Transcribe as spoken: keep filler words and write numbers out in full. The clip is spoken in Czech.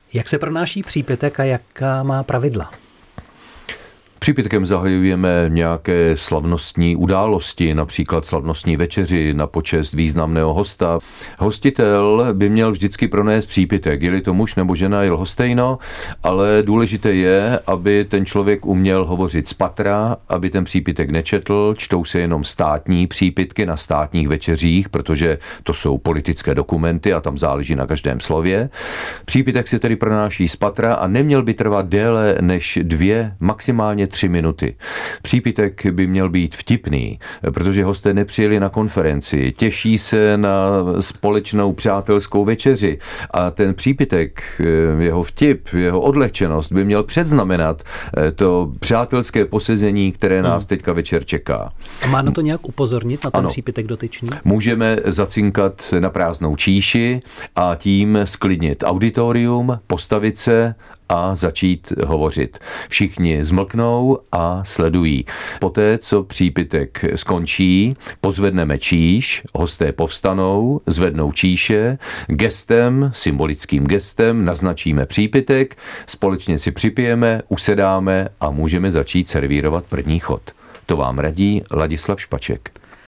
Jak se pronáší přípitek a jaká má pravidla? Přípitkem zahajujeme nějaké slavnostní události, například slavnostní večeři na počest významného hosta. Hostitel by měl vždycky pronést přípitek, je-li to muž nebo žena, je lhostejno, ale důležité je, aby ten člověk uměl hovořit z patra, aby ten přípitek nečetl, čtou se jenom státní přípitky na státních večeřích, protože to jsou politické dokumenty a tam záleží na každém slově. Přípitek se tedy pronáší z patra a neměl by trvat déle než dvě, maximálně tři minuty. Přípitek by měl být vtipný, protože hosté nepřijeli na konferenci, těší se na společnou přátelskou večeři a ten přípitek, jeho vtip, jeho odlehčenost by měl předznamenat to přátelské posezení, které nás hmm. teďka večer čeká. A má na to nějak upozornit, na ten ano. přípitek dotyčný? Můžeme zacinkat na prázdnou číši a tím sklidnit auditorium, postavit se a začít hovořit. Všichni zmlknou a sledují. Poté, co přípitek skončí, pozvedneme číš, hosté povstanou, zvednou číše, gestem, symbolickým gestem naznačíme přípitek, společně si připijeme, usedáme a můžeme začít servírovat první chod. To vám radí Ladislav Špaček.